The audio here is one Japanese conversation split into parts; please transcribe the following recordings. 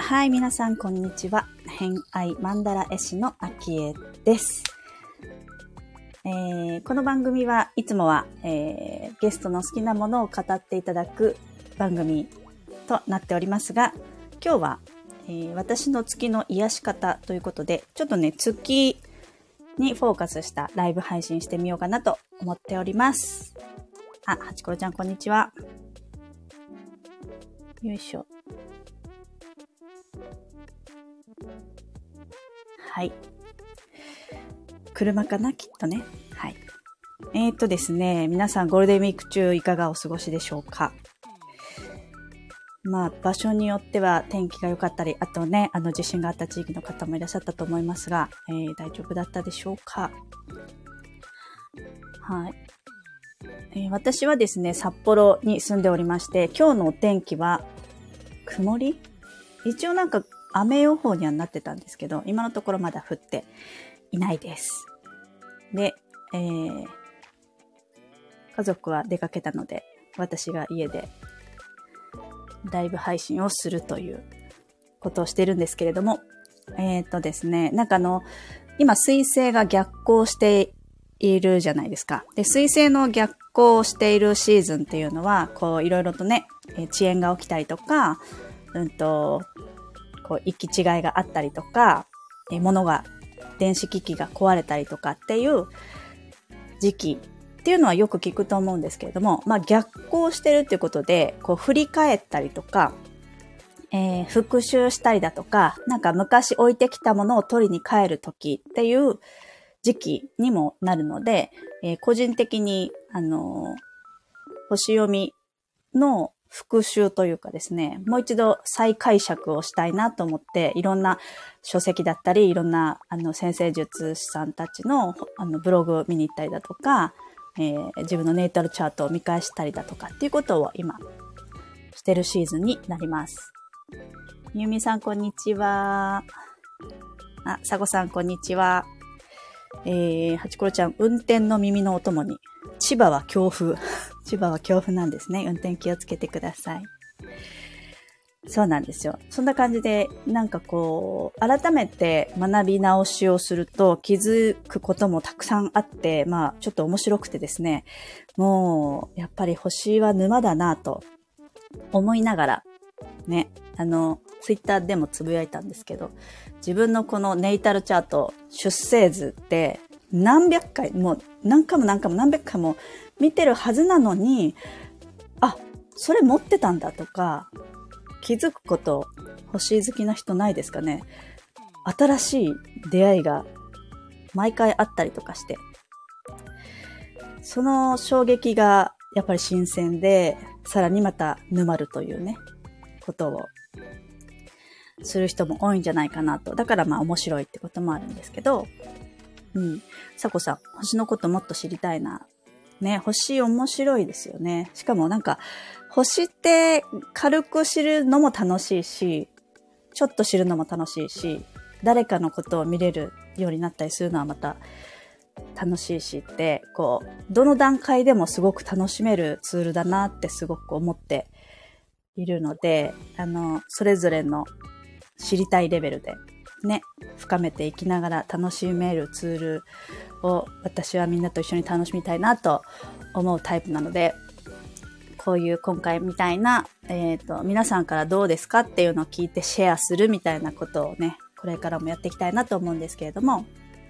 はい、皆さんこんにちは。偏愛マンダラ絵師のあきえです。この番組はいつもは、ゲストの好きなものを語っていただく番組となっておりますが、今日は、私の月の癒し方ということで、ちょっとね、月にフォーカスしたライブ配信してみようかなと思っております。あ、はちころちゃんこんにちは。よいしょ。はい。車かなきっとね。はい。ですね、皆さんゴールデンウィーク中いかがお過ごしでしょうか。まあ、場所によっては天気が良かったり、あとね、地震があった地域の方もいらっしゃったと思いますが、大丈夫だったでしょうか。はい。私はですね、札幌に住んでおりまして、今日のお天気は曇り？一応なんか雨予報にはなってたんですけど、今のところまだ降っていないです。で、家族は出かけたので、私が家でライブ配信をするということをしてるんですけれども、ですね、なんか今水星が逆行しているじゃないですか。で、水星の逆行をしているシーズンっていうのは、こういろいろとね、遅延が起きたりとか、こう行き違いがあったりとか、電子機器が壊れたりとかっていう時期っていうのはよく聞くと思うんですけれども、まあ逆行してるっていうことで、こう振り返ったりとか、復習したりだとか、なんか昔置いてきたものを取りに帰る時っていう時期にもなるので、個人的に、星読みの復習というかですね、もう一度再解釈をしたいなと思って、いろんな書籍だったり、いろんな先生術師さんたちのブログを見に行ったりだとか、自分のネイタルチャートを見返したりだとかっていうことを今してるシーズンになります。ゆみさんこんにちは。あ、さごさんこんにちは。はちころちゃん、運転の耳のお供に。千葉は強風。千葉は強風なんですね。運転気をつけてください。そうなんですよ。そんな感じで、なんかこう、改めて学び直しをすると気づくこともたくさんあって、まあ、ちょっと面白くてですね、もう、やっぱり星は沼だなと思いながら、ね、ツイッターでもつぶやいたんですけど、自分のこのネイタルチャート、出生図って何百回、もう何回も何百回も見てるはずなのに、あ、それ持ってたんだとか、気づくこと、星好きな人ないですかね。新しい出会いが毎回あったりとかして、その衝撃がやっぱり新鮮で、さらにまた沼るというね、ことをする人も多いんじゃないかなと。だからまあ面白いってこともあるんですけど、さこさん、星のこともっと知りたいな。ね、星面白いですよね。しかもなんか、星って軽く知るのも楽しいし、ちょっと知るのも楽しいし、誰かのことを見れるようになったりするのはまた楽しいしって、こう、どの段階でもすごく楽しめるツールだなってすごく思っているので、それぞれの知りたいレベルでね、深めていきながら楽しめるツールを私はみんなと一緒に楽しみたいなと思うタイプなので、こういう今回みたいな、皆さんからどうですかっていうのを聞いてシェアするみたいなことをね、これからもやっていきたいなと思うんですけれども、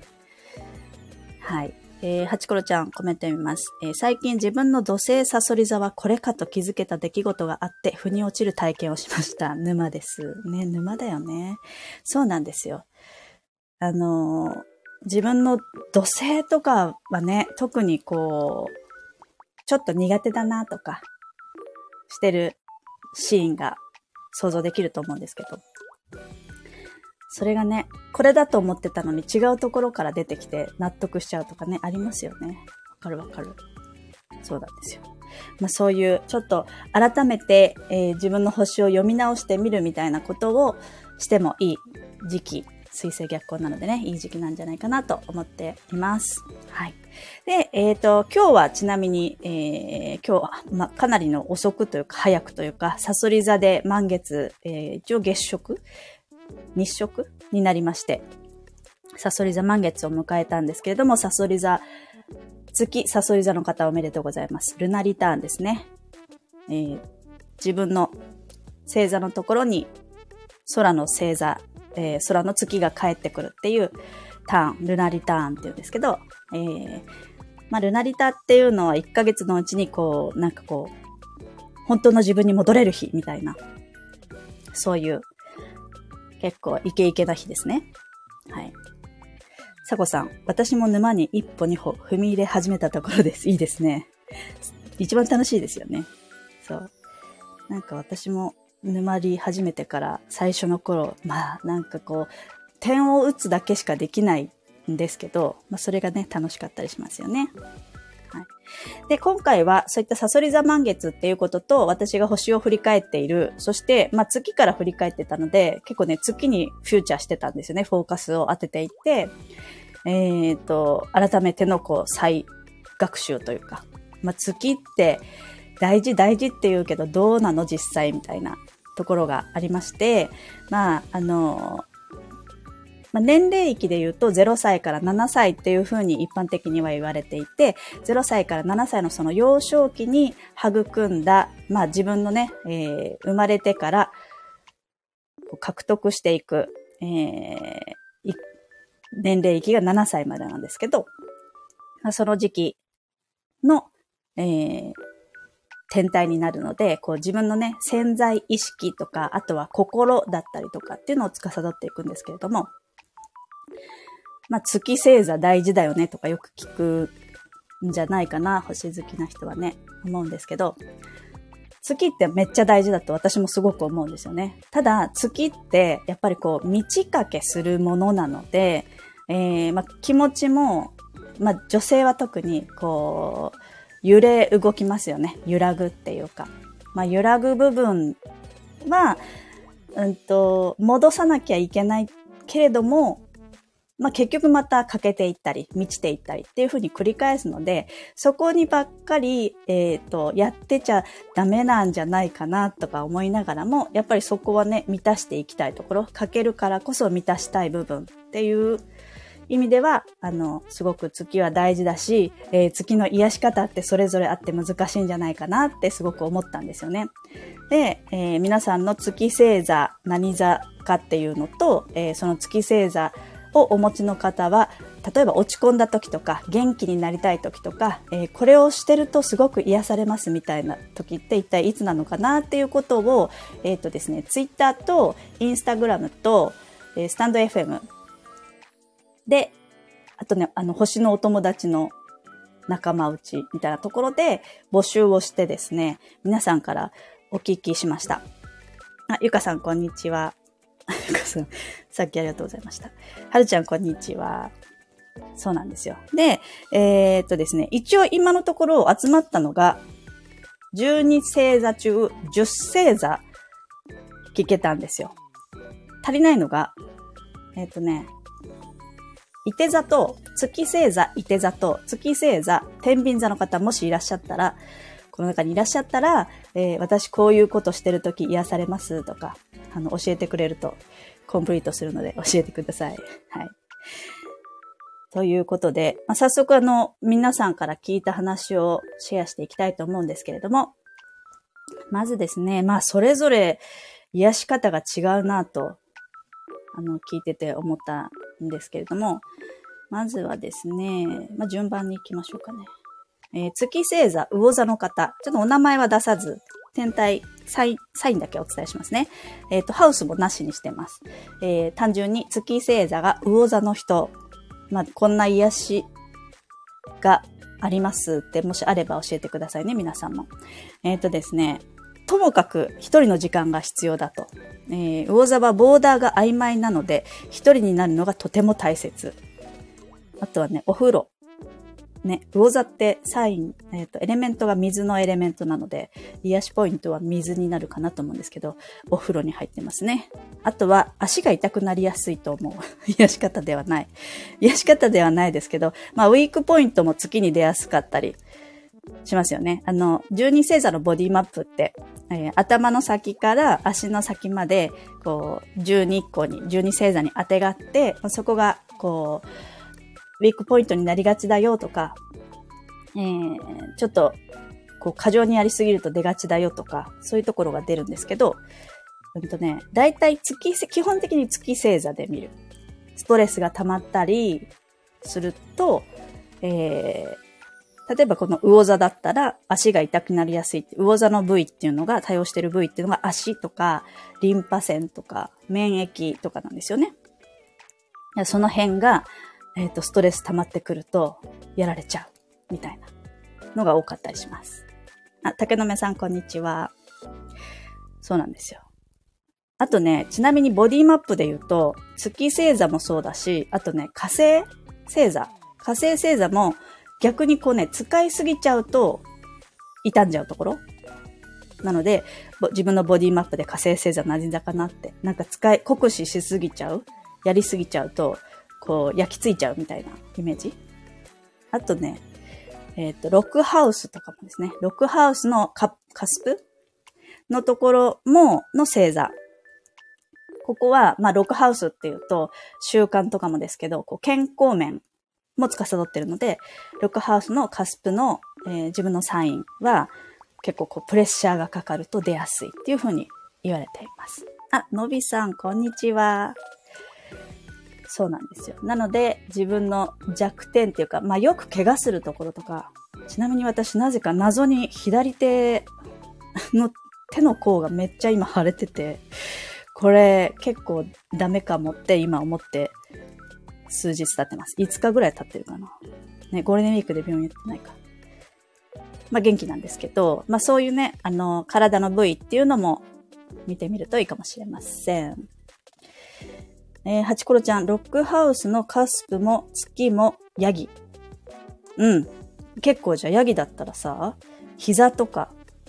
はい。はちころちゃんコメント読みます。最近自分の土星サソリ座はこれかと気づけた出来事があって腑に落ちる体験をしました。沼です。ね、沼だよね。そうなんですよ。自分の土星とかはね、特にこう、ちょっと苦手だなとか、してるシーンが想像できると思うんですけど。それがね、これだと思ってたのに違うところから出てきて納得しちゃうとかね、ありますよね。わかる。そうなんですよ。まあそういう、ちょっと改めて、自分の星を読み直してみるみたいなことをしてもいい時期水星逆行なのでね、いい時期なんじゃないかなと思っています。はい。で、今日はちなみに、今日は、かなりの遅くというか、早くというか、さそり座で満月、一応月食日食になりまして、さそり座満月を迎えたんですけれども、さそり座、月さそり座の方おめでとうございます。ルナリターンですね。自分の星座のところに空の星座、空の月が帰ってくるっていうターン、ルナリターンっていうんですけど、ルナリタっていうのは1ヶ月のうちにこう、なんかこう、本当の自分に戻れる日みたいな、そういう結構イケイケな日ですね。はい。さこさん、私も沼に一歩二歩踏み入れ始めたところです。いいですね。一番楽しいですよね。そう。なんか私も沼り始めてから最初の頃、なんかこう、点を打つだけしかできないんですけど、それがね、楽しかったりしますよね。はい。で、今回はそういったさそり座満月っていうことと、私が星を振り返っている、そして、月から振り返ってたので、結構ね、月にフューチャーしてたんですよね。フォーカスを当てていって、改めてのこう、再学習というか、月って大事って言うけど、どうなの実際みたいなところがありまして、年齢域で言うと0歳から7歳っていう風に一般的には言われていて、0歳から7歳のその幼少期に育んだ、自分のね、生まれてから獲得していく、年齢域が7歳までなんですけど、その時期の、天体になるので、こう自分のね、潜在意識とか、あとは心だったりとかっていうのを司っていくんですけれども、月星座大事だよねとかよく聞くんじゃないかな、星好きな人はね、思うんですけど、月ってめっちゃ大事だと私もすごく思うんですよね。ただ、月ってやっぱりこう、満ち欠けするものなので、気持ちも、女性は特にこう、揺れ動きますよね。揺らぐっていうか。揺らぐ部分は、戻さなきゃいけないけれども、結局また欠けていったり、満ちていったりっていう風に繰り返すので、そこにばっかり、やってちゃダメなんじゃないかなとか思いながらも、やっぱりそこはね、満たしていきたいところ、欠けるからこそ満たしたい部分っていう意味では、すごく月は大事だし、月の癒し方ってそれぞれあって難しいんじゃないかなってすごく思ったんですよね。で、皆さんの月星座、何座かっていうのと、その月星座をお持ちの方は、例えば落ち込んだ時とか、元気になりたい時とか、これをしてるとすごく癒されますみたいな時って一体いつなのかなっていうことを、ですね、ツイッターとインスタグラムと、スタンド FM で、あとね、星のお友達の仲間内みたいなところで募集をしてですね、皆さんからお聞きしました。ゆかさんこんにちは。さっきありがとうございました。はるちゃんこんにちは。そうなんですよ。で、ですね、一応今のところ集まったのが、12星座中10星座聞けたんですよ。足りないのが、いて座と、月星座いて座と、月星座天秤座の方もしいらっしゃったら、この中にいらっしゃったら、私こういうことしてるとき癒されますとか、教えてくれるとコンプリートするので教えてください。はい。ということで、早速皆さんから聞いた話をシェアしていきたいと思うんですけれども、まずですね、それぞれ癒し方が違うなと、聞いてて思ったんですけれども、まずはですね、順番に行きましょうかね。月星座、魚座の方、ちょっとお名前は出さず、天体、サインだけお伝えしますね。ハウスもなしにしてます。単純に月星座が魚座の人、こんな癒しがありますって、もしあれば教えてくださいね、皆さんも。ですね、ともかく一人の時間が必要だと。魚座はボーダーが曖昧なので、一人になるのがとても大切。あとはね、お風呂。 ね、魚座ってサイン、エレメントが水のエレメントなので、癒しポイントは水になるかなと思うんですけど、お風呂に入ってますね。あとは足が痛くなりやすいと思う。癒し方ではない。癒し方ではないですけど、まあ、ウィークポイントも月に出やすかったりしますよね。12星座のボディマップって、頭の先から足の先まで、こう、12星座に当てがって、そこが、こう、ウィークポイントになりがちだよとか、ちょっと、こう、過剰にやりすぎると出がちだよとか、そういうところが出るんですけど、だいたい基本的に月星座で見る。ストレスが溜まったりすると、例えばこの魚座だったら足が痛くなりやすい。魚座の部位っていうのが、対応している部位っていうのが足とか、リンパ腺とか、免疫とかなんですよね。その辺が、ストレス溜まってくると、やられちゃう、みたいなのが多かったりします。竹野目さん、こんにちは。そうなんですよ。あとね、ちなみにボディマップで言うと、月星座もそうだし、あとね、火星星座も逆にこうね、使いすぎちゃうと、傷んじゃうところなので、自分のボディマップで火星星座何座かなって、なんか酷使しすぎちゃう、やりすぎちゃうと、こう、焼き付いちゃうみたいなイメージ。あとね、ロックハウスとかもですね、ロックハウスのカスプのところの星座。ここは、まあ、ロックハウスっていうと、習慣とかもですけど、こう健康面も司ってるので、ロックハウスのカスプの、自分のサインは、結構こう、プレッシャーがかかると出やすいっていうふうに言われています。のびさん、こんにちは。そうなんですよ。なので、自分の弱点っていうか、まあ、よく怪我するところとか、ちなみに私なぜか謎に左手の手の甲がめっちゃ今腫れてて、これ結構ダメかもって今思って数日経ってます。5日ぐらい経ってるかな。ね、ゴールデンウィークで病院行ってないか。まあ、元気なんですけど、まあ、そういうね、体の部位っていうのも見てみるといいかもしれません。ハチコロちゃん、ロックハウスのカスプも月もヤギ。うん。結構じゃあヤギだったらさ、膝とか、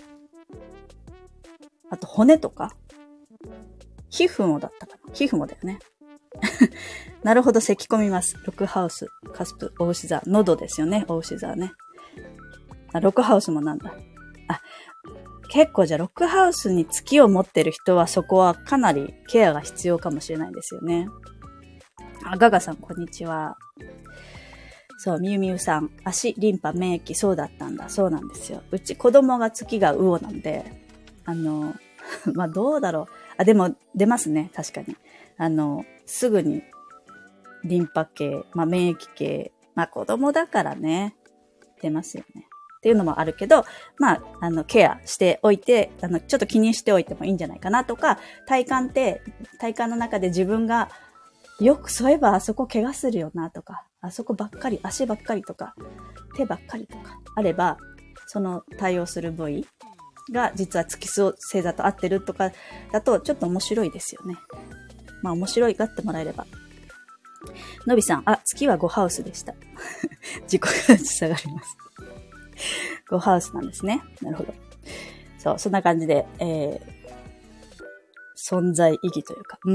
あと骨とか、皮膚もだったかな。皮膚もだよね。なるほど、咳込みます。ロックハウス、カスプ、お牛座、喉ですよね、お牛座ね。ロックハウスもなんだ。結構じゃあロックハウスに月を持ってる人はそこはかなりケアが必要かもしれないですよね。ガガさん、こんにちは。そう、みゆみゆさん、足、リンパ、免疫、そうだったんだ。そうなんですよ。うち子供が月が魚なんで、まあ、どうだろう。でも、出ますね。確かに。すぐに、リンパ系、まあ、免疫系、まあ、子供だからね、出ますよね。っていうのもあるけど、まあ、ケアしておいて、ちょっと気にしておいてもいいんじゃないかなとか、体感の中で自分が、よくそういえばあそこ怪我するよなとか、あそこばっかり、足ばっかりとか、手ばっかりとか、あれば、その対応する部位が実は月星座と合ってるとかだと、ちょっと面白いですよね。まあ面白いがってもらえれば。のびさん、月は5ハウスでした。自己価値下がります。5ハウスなんですね。なるほど。そう、そんな感じで、存在意義というか、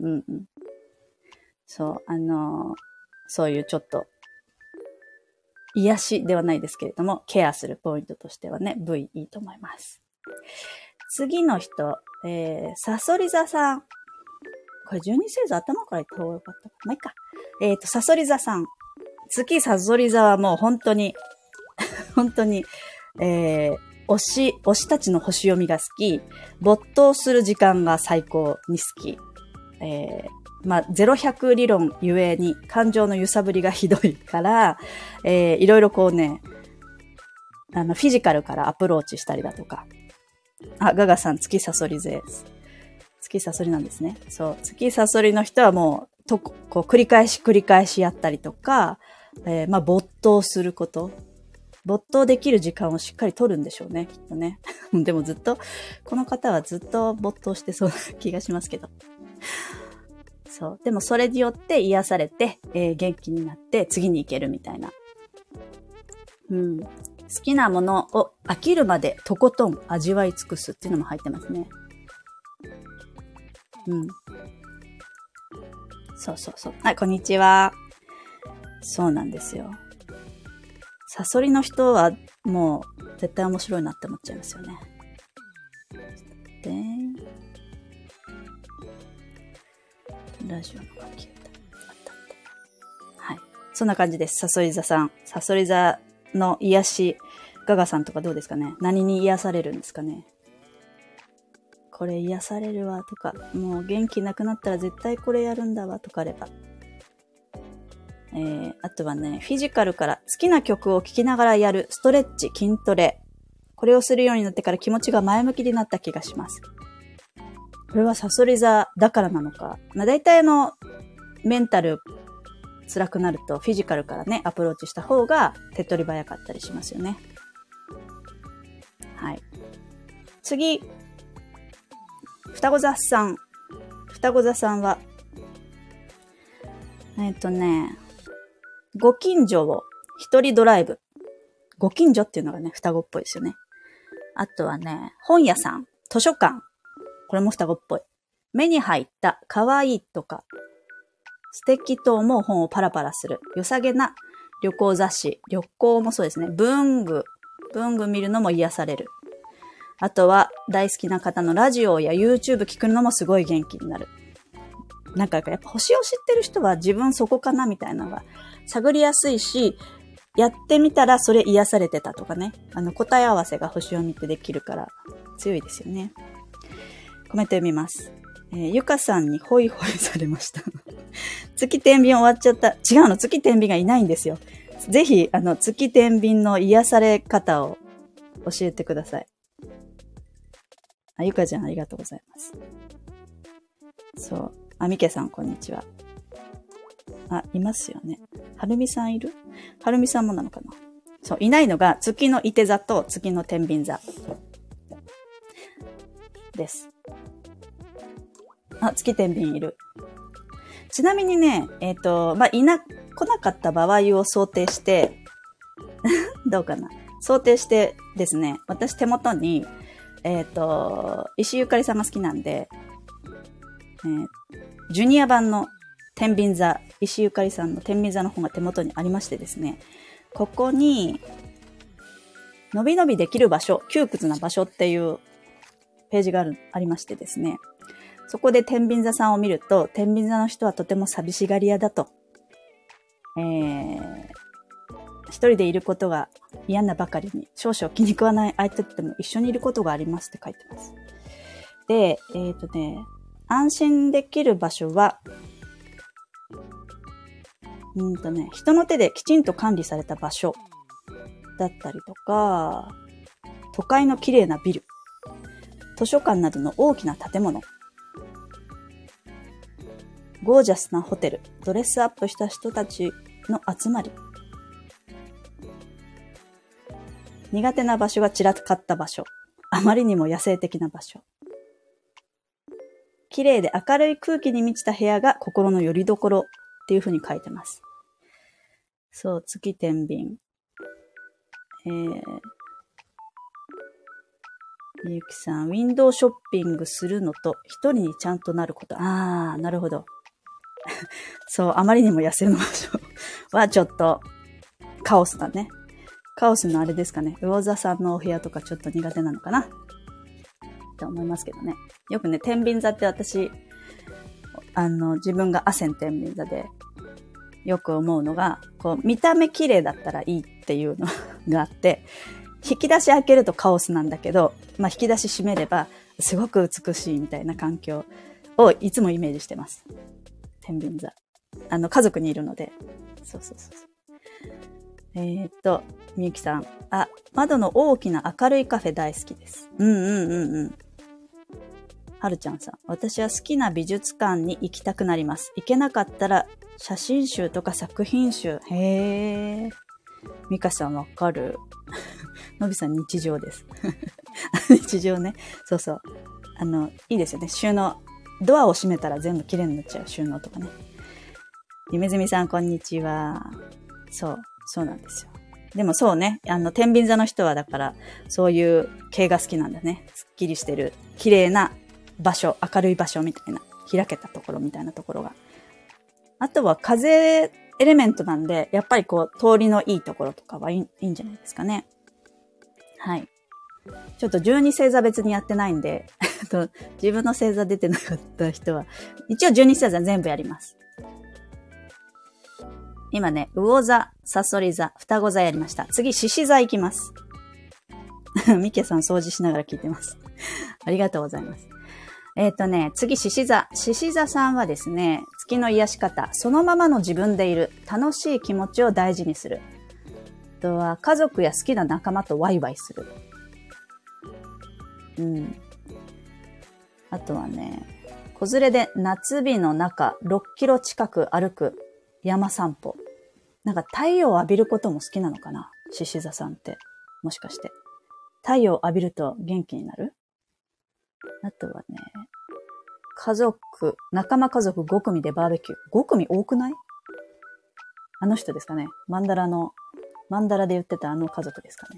そう、そういうちょっと、癒しではないですけれども、ケアするポイントとしてはね、V いいと思います。次の人、サソリ座さん。これ12星座頭から言った方がよかった。まあ、いいか。サソリ座さん。月サソリ座はもう本当に、本当に、推したちの星読みが好き、没頭する時間が最高に好き、まあ、0-100理論ゆえに感情の揺さぶりがひどいから、いろいろこうね、フィジカルからアプローチしたりだとか。ガガさん、月サソリです。月サソリなんですね。そう。月サソリの人はもう、こう繰り返しやったりとか、まあ、没頭すること。没頭できる時間をしっかり取るんでしょうね、きっとね。でもずっと、この方はずっと没頭してそうな気がしますけど。そう。でもそれによって癒されて、元気になって次に行けるみたいなうん。好きなものを飽きるまでとことん味わい尽くすっていうのも入ってますね。うん。そうそうそう。はい、こんにちは。そうなんですよ。サソリの人はもう絶対面白いなって思っちゃいますよね。で、ラジオの書き方。はい。そんな感じです。サソリ座さん。サソリ座の癒し、ガガさんとかどうですかね。何に癒されるんですかね。これ癒されるわとか、もう元気なくなったら絶対これやるんだわとかあれば。あとはね、フィジカルから好きな曲を聴きながらやるストレッチ、筋トレ。これをするようになってから気持ちが前向きになった気がします。これはサソリ座だからなのか。まあ、大体メンタル辛くなるとフィジカルからね、アプローチした方が手っ取り早かったりしますよね。はい。次。双子座さん。双子座さんは、ご近所を一人ドライブ。ご近所っていうのがね、双子っぽいですよね。あとはね、本屋さん、図書館。これも双子っぽい。目に入った可愛いとか、素敵と思う本をパラパラする。良さげな旅行雑誌。旅行もそうですね。文具見るのも癒される。あとは大好きな方のラジオや YouTube 聞くのもすごい元気になる。なんかやっぱ星を知ってる人は自分そこかなみたいなのが探りやすいし、やってみたらそれ癒されてたとかね。答え合わせが星を見てできるから強いですよね。コメント読みます。ゆかさんにホイホイされました。月天秤終わっちゃった。違うの、月天秤がいないんですよ。ぜひ、月天秤の癒され方を教えてください。ゆかちゃんありがとうございます。そう。みけさんこんにちは。いますよね。はるみさんいる？はるみさんもなのかな？そう、いないのが月のいて座と月の天秤座です。月天秤いる。ちなみにね、来なかった場合を想定して、どうかな。想定してですね、私手元に、石井ゆかりさんが好きなんで、ジュニア版の天秤座、石井ゆかりさんの天秤座の本が手元にありましてですね、ここに、のびのびできる場所、窮屈な場所っていうページがありましてですね、そこで天秤座さんを見ると、天秤座の人はとても寂しがり屋だと。一人でいることが嫌なばかりに、少々気に食わない相手とも一緒にいることがありますって書いてます。で、安心できる場所は、人の手できちんと管理された場所だったりとか、都会の綺麗なビル、図書館などの大きな建物、ゴージャスなホテル、ドレスアップした人たちの集まり。苦手な場所が散らかった場所。あまりにも野生的な場所。綺麗で明るい空気に満ちた部屋が心の拠り所っていう風に書いてます。そう、月天秤。みゆきさん、ウィンドウショッピングするのと一人にちゃんとなること。なるほど。そう、あまりにも野生の場所はちょっとカオスだね。カオスのあれですかね。魚座さんのお部屋とかちょっと苦手なのかなって思いますけどね。よくね、天秤座って私、自分がアセン天秤座でよく思うのが、こう、見た目綺麗だったらいいっていうのがあって、引き出し開けるとカオスなんだけど、引き出し閉めればすごく美しいみたいな環境をいつもイメージしてます。天秤座。家族にいるので。そう。みゆきさん。窓の大きな明るいカフェ大好きです。はるちゃんさん。私は好きな美術館に行きたくなります。行けなかったら写真集とか作品集。へー。みかさんわかる。のびさん日常です。日常ね。そう。いいですよね。収納。ドアを閉めたら全部綺麗になっちゃう収納とかね。ゆめずみさんこんにちは。そうなんですよ。 でもそうね、天秤座の人はだから、そういう系が好きなんだね。すっきりしてる、綺麗な場所、明るい場所みたいな、開けたところみたいなところが。あとは風エレメントなんで、やっぱりこう、通りのいいところとかはいいんじゃないですかね。はい。ちょっと12星座別にやってないんで、自分の星座出てなかった人は、一応12星座全部やります。今ね、魚座、サソリ座、双子座やりました。次、獅子座行きます。ミケさん掃除しながら聞いてます。ありがとうございます。次、獅子座。獅子座さんはですね、月の癒し方、そのままの自分でいる、楽しい気持ちを大事にする。あとは、家族や好きな仲間とワイワイする。あとはね、子連れで夏日の中、6キロ近く歩く山散歩。なんか太陽を浴びることも好きなのかな？獅子座さんって。もしかして。太陽を浴びると元気になる？あとはね、仲間家族5組でバーベキュー。5組多くない？あの人ですかね。マンダラで言ってたあの家族ですかね。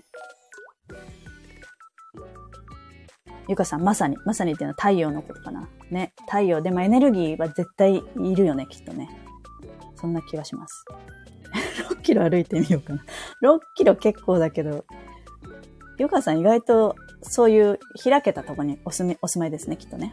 ゆかさん、まさにっていうのは太陽のことかな。ね。太陽。でもエネルギーは絶対いるよね、きっとね。そんな気がします。6キロ歩いてみようかな。6キロ結構だけど、ゆかさん意外とそういう開けたところにお住まいですね、きっとね。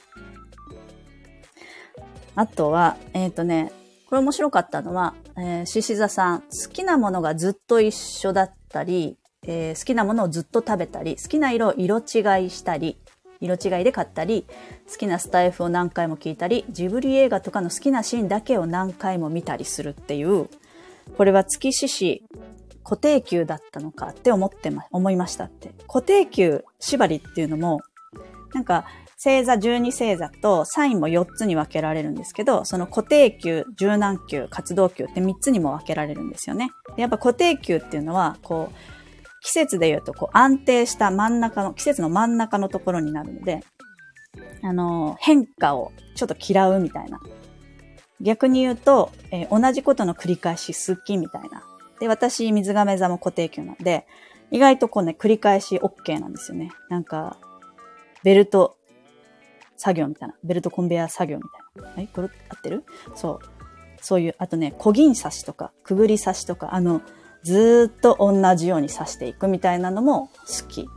あとは、これ面白かったのは、獅子座さん、好きなものがずっと一緒だったり、好きなものをずっと食べたり、好きな色を色違いしたり、色違いで買ったり、好きなスタイフを何回も聞いたり、ジブリ映画とかの好きなシーンだけを何回も見たりするっていう、これは月獅子固定給だったのかって思いましたって。固定給縛りっていうのも、なんか星座12星座とサインも4つに分けられるんですけど、その固定給、柔軟給、活動給って3つにも分けられるんですよね。でやっぱ固定給っていうのは、こう、季節で言うと、こう、安定した季節の真ん中のところになるので、変化をちょっと嫌うみたいな。逆に言うと、同じことの繰り返し好きみたいな。で、私、水亀座も固定給なんで、意外とこうね、繰り返し OK なんですよね。なんか、ベルト作業みたいな。ベルトコンベヤー作業みたいな。これ合ってる？そういう、あとね、小銀刺しとか、くぐり刺しとか、ずーっと同じように刺していくみたいなのも好き。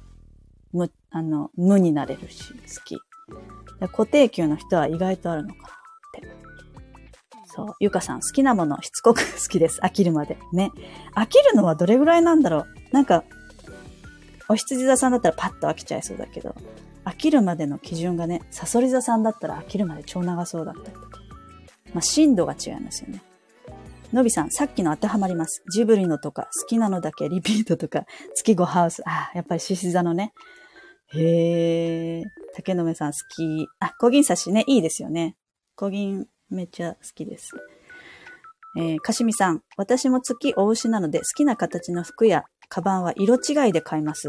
無になれるし、好き。固定給の人は意外とあるのかなって。そう。ゆかさん、好きなもの、しつこく好きです。飽きるまで。ね。飽きるのはどれぐらいなんだろう。なんか、お羊座さんだったらパッと飽きちゃいそうだけど、飽きるまでの基準がね、サソリ座さんだったら飽きるまで超長そうだったりとか。まあ、深度が違いますよね。のびさん、さっきの当てはまります。ジブリのとか、好きなのだけリピートとか、月5ハウス。やっぱり獅子座のね。竹野目さん好き。小銀刺しね、いいですよね。小銀めっちゃ好きです。かしみさん、私も月お牛なので好きな形の服やカバンは色違いで買います。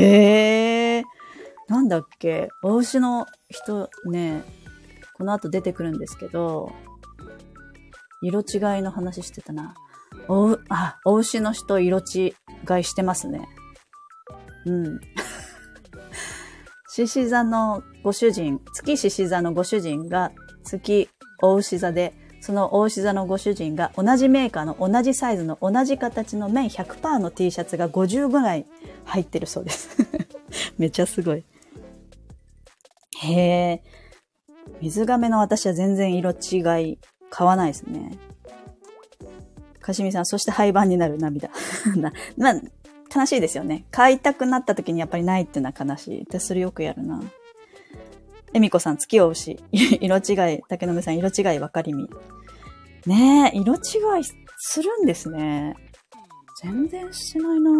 なんだっけ、お牛の人ね、この後出てくるんですけど、色違いの話してたな。お牛の人色違いしてますね。獅子座のご主人、月獅子座のご主人が月お牛座で、そのお牛座のご主人が同じメーカーの同じサイズの同じ形の綿 100% の T シャツが50ぐらい入ってるそうです。めっちゃすごい。水亀の私は全然色違い買わないですね。かしみさん、そして廃盤になる涙。悲しいですよね。買いたくなった時にやっぱりないっていうのは悲しい。私それよくやるな。えみこさん、月お牛。色違い、竹野目さん、色違い分かりみ。ねえ、色違いするんですね。全然してないな。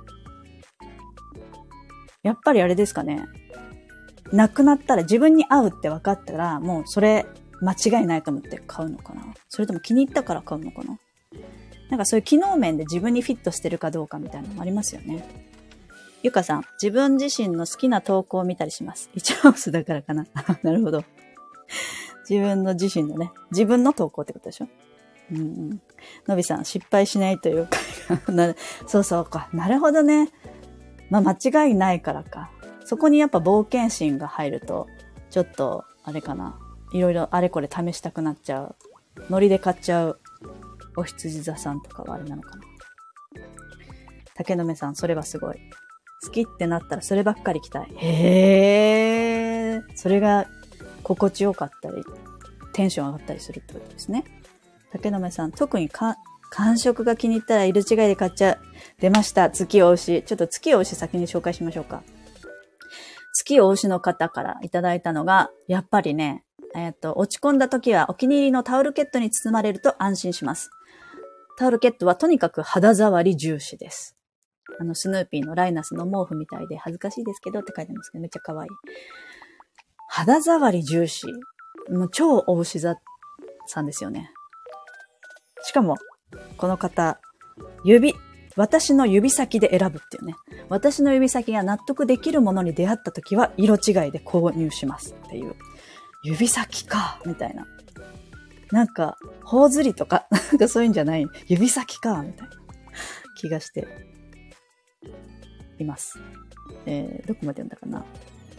やっぱりあれですかね。なくなったら自分に合うって分かったら、もうそれ間違いないと思って買うのかな。それとも気に入ったから買うのかな。なんかそういう機能面で自分にフィットしてるかどうかみたいなのもありますよね。ゆかさん、自分自身の好きな投稿を見たりします。1ハウスだからかな。なるほど。自分の投稿ってことでしょ。 うんうん。のびさん、失敗しないというかそうそうか。なるほどね。まあ、間違いないからか。そこにやっぱ冒険心が入ると、ちょっと、あれかな。いろいろあれこれ試したくなっちゃう。ノリで買っちゃう。お羊座さんとかはあれなのかな。竹の目さん、それはすごい。好きってなったらそればっかり着たい。へー。それが心地よかったり、テンション上がったりするってことですね。竹の目さん、特に感触が気に入ったら色違いで買っちゃう。出ました。月お牛。ちょっと月お牛先に紹介しましょうか。月お牛の方からいただいたのが、やっぱりね、落ち込んだ時はお気に入りのタオルケットに包まれると安心します。タオルケットはとにかく肌触り重視です。スヌーピーのライナスの毛布みたいで恥ずかしいですけどって書いてますけど、めっちゃ可愛い。肌触り重視。もう超お牛座さんですよね。しかも、この方、私の指先で選ぶっていうね。私の指先が納得できるものに出会った時は色違いで購入しますっていう。指先か、みたいな。なんか、頬ずりとか、なんかそういうんじゃない、指先か、みたいな気がしています。どこまで読んだかな。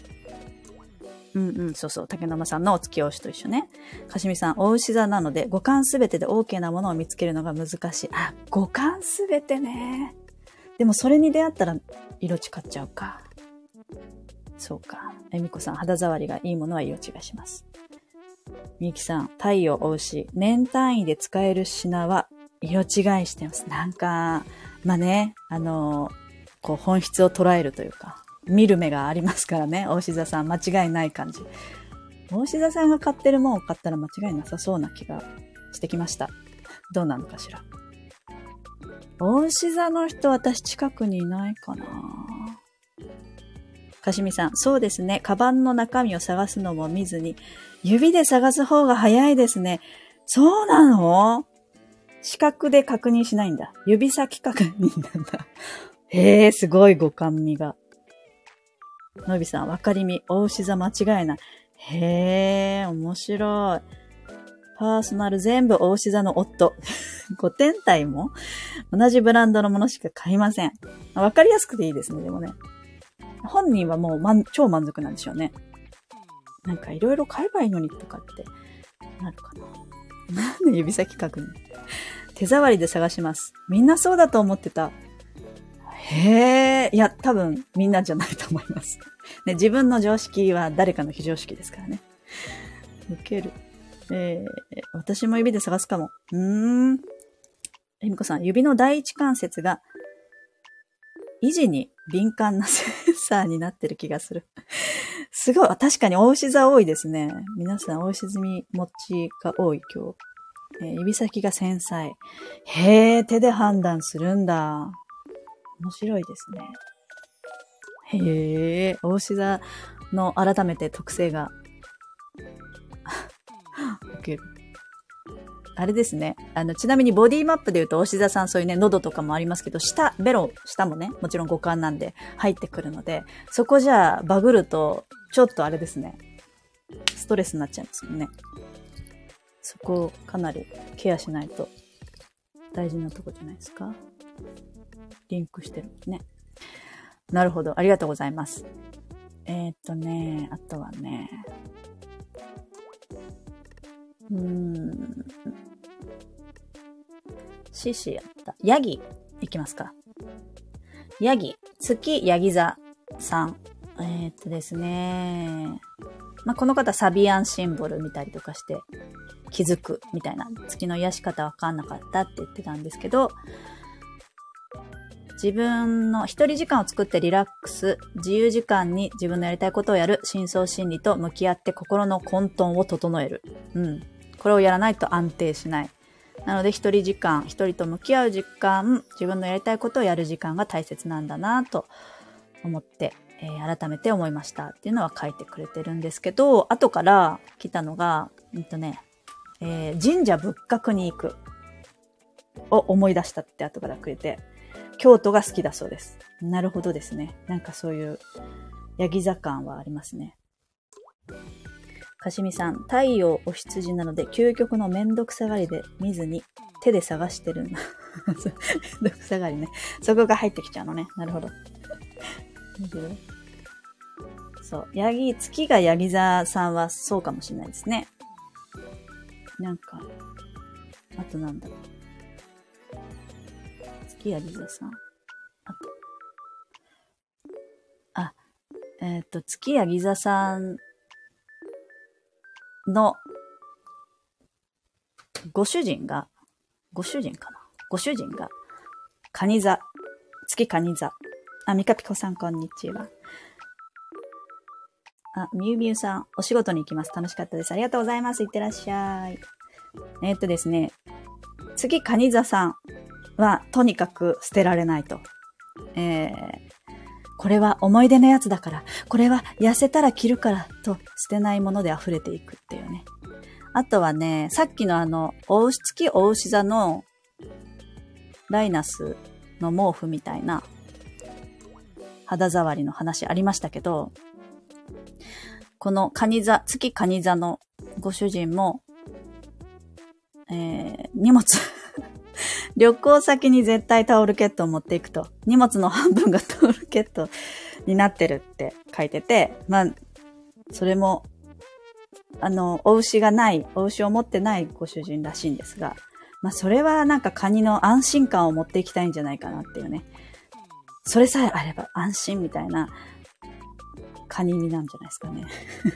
そうそう。竹生さんのお月お牛と一緒ね。かしみさん、お牛座なので、五感すべてで OK なものを見つけるのが難しい。あ、五感すべてね。でもそれに出会ったら色違っちゃうか。そうか。えみこさん、肌触りがいいものは色違いします。みゆきさん、太陽お牛。年単位で使える品は色違いしてます。なんか、まあね、こう本質を捉えるというか、見る目がありますからね。お牛座さん、間違いない感じ。お牛座さんが買ってるものを買ったら間違いなさそうな気がしてきました。どうなのかしら。お牛座の人、私近くにいないかな。かしみさん、そうですね。カバンの中身を探すのも見ずに、指で探す方が早いですね。そうなの？視覚で確認しないんだ。指先確認なんだ。へえ、すごい五感味が。のびさん、わかりみ。お牛座間違いない。へえ、面白い。パーソナル全部お牛座の夫。5点体も同じブランドのものしか買いません。わかりやすくていいですね、でもね。本人はもう超満足なんでしょうね。なんかいろいろ買えばいいのにとかってなるかな。なんで指先確認？手触りで探します。みんなそうだと思ってた。へえ、いや、多分みんなじゃないと思います。ね、自分の常識は誰かの非常識ですからね。受ける。私も指で探すかも。えみこさん、指の第一関節が維持に敏感なセンサーになってる気がする。すごい。確かに大牛座多いですね。皆さん大牛積持ちが多い今日。指先が繊細。へー、手で判断するんだ。面白いですね。へー、大牛座の改めて特性が受ける。あれですね。ちなみにボディマップで言うと、おし座さんそういうね、喉とかもありますけど、下もね、もちろん五感なんで入ってくるので、そこじゃあバグると、ちょっとあれですね。ストレスになっちゃいますもんね。そこをかなりケアしないと大事なとこじゃないですか。リンクしてるんですね。なるほど。ありがとうございます。あとはね、獅子やった。ヤギ、いきますか。ヤギ、月ヤギ座さん。ですね。まあ、この方サビアンシンボル見たりとかして気づくみたいな。月の癒し方わかんなかったって言ってたんですけど、自分の一人時間を作ってリラックス、自由時間に自分のやりたいことをやる、深層心理と向き合って心の混沌を整える。これをやらないと安定しない。なので一人と向き合う時間、自分のやりたいことをやる時間が大切なんだなと思って、改めて思いましたっていうのは書いてくれてるんですけど、後から来たのが、神社仏閣に行くを思い出したって後からくれて、京都が好きだそうです。なるほどですね。なんかそういうヤギ座感はありますね。 かしみさん、太陽お羊なので、究極のめんどくさがりで見ずに手で探してるんだ。めんどくさがりね。そこが入ってきちゃうのね。なるほど。そう。月がヤギ座さんはそうかもしれないですね。なんか、あとなんだろう。月ヤギ座さん。月ヤギ座さんのご主人が、カニ座、月カニ座。ミカピコさんこんにちは。ミュウミュウさん、お仕事に行きます。楽しかったです。ありがとうございます。いってらっしゃい。ですね、月カニ座さんは、とにかく捨てられないと。これは思い出のやつだから、これは痩せたら着るから、と捨てないもので溢れていくっていうね。あとはね、さっきの月お牛座のライナスの毛布みたいな肌触りの話ありましたけど、この月カニ座のご主人も、荷物旅行先に絶対タオルケットを持っていくと。荷物の半分がタオルケットになってるって書いてて、それも、お牛を持ってないご主人らしいんですが、それはなんかカニの安心感を持っていきたいんじゃないかなっていうね。それさえあれば安心みたいなカニになんじゃないですかね。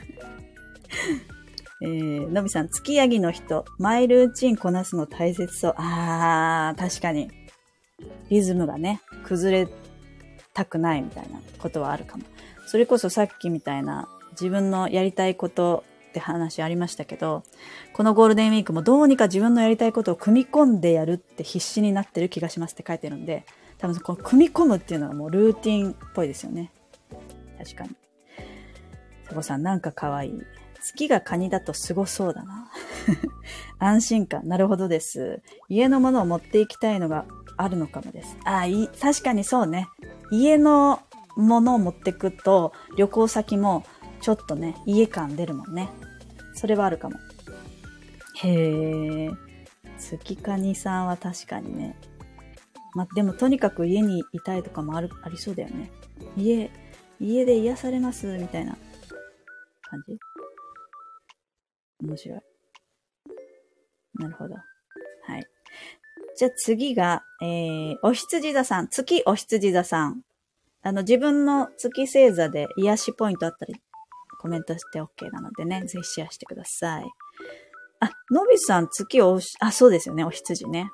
のびさん、月ヤギの人、マイルーチンこなすの大切そう。確かに。リズムがね、崩れたくないみたいなことはあるかも。それこそさっきみたいな自分のやりたいことって話ありましたけど、このゴールデンウィークもどうにか自分のやりたいことを組み込んでやるって必死になってる気がしますって書いてるんで、多分この組み込むっていうのはもうルーティンっぽいですよね。確かに。サボさん、なんか可愛い。月がカニだとすごそうだな。安心感。なるほどです。家のものを持っていきたいのがあるのかもです。確かにそうね。家のものを持ってくと旅行先もちょっとね、家感出るもんね。それはあるかも。へー。月カニさんは確かにね。でもとにかく家にいたいとかもありそうだよね。家で癒されますみたいな感じ。面白い。なるほど。はい。じゃあ次が、お羊座さん。月お羊座さん。自分の月星座で癒しポイントあったり、コメントして OK なのでね、ぜひシェアしてください。のびさん、そうですよね、お羊ね。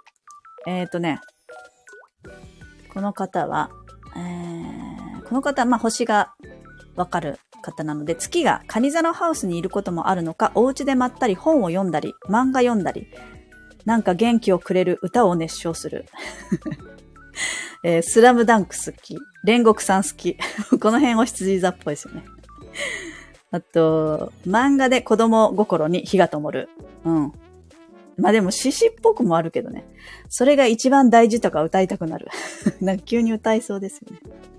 この方は、星がわかる方なので、月がカニ座のハウスにいることもあるのか、お家でまったり本を読んだり、漫画読んだり、なんか元気をくれる歌を熱唱する。スラムダンク好き。煉獄さん好き。この辺お羊座っぽいですよね。あと、漫画で子供心に火が灯る。うん。でも獅子っぽくもあるけどね。それが一番大事とか歌いたくなる。なんか急に歌いそうですよ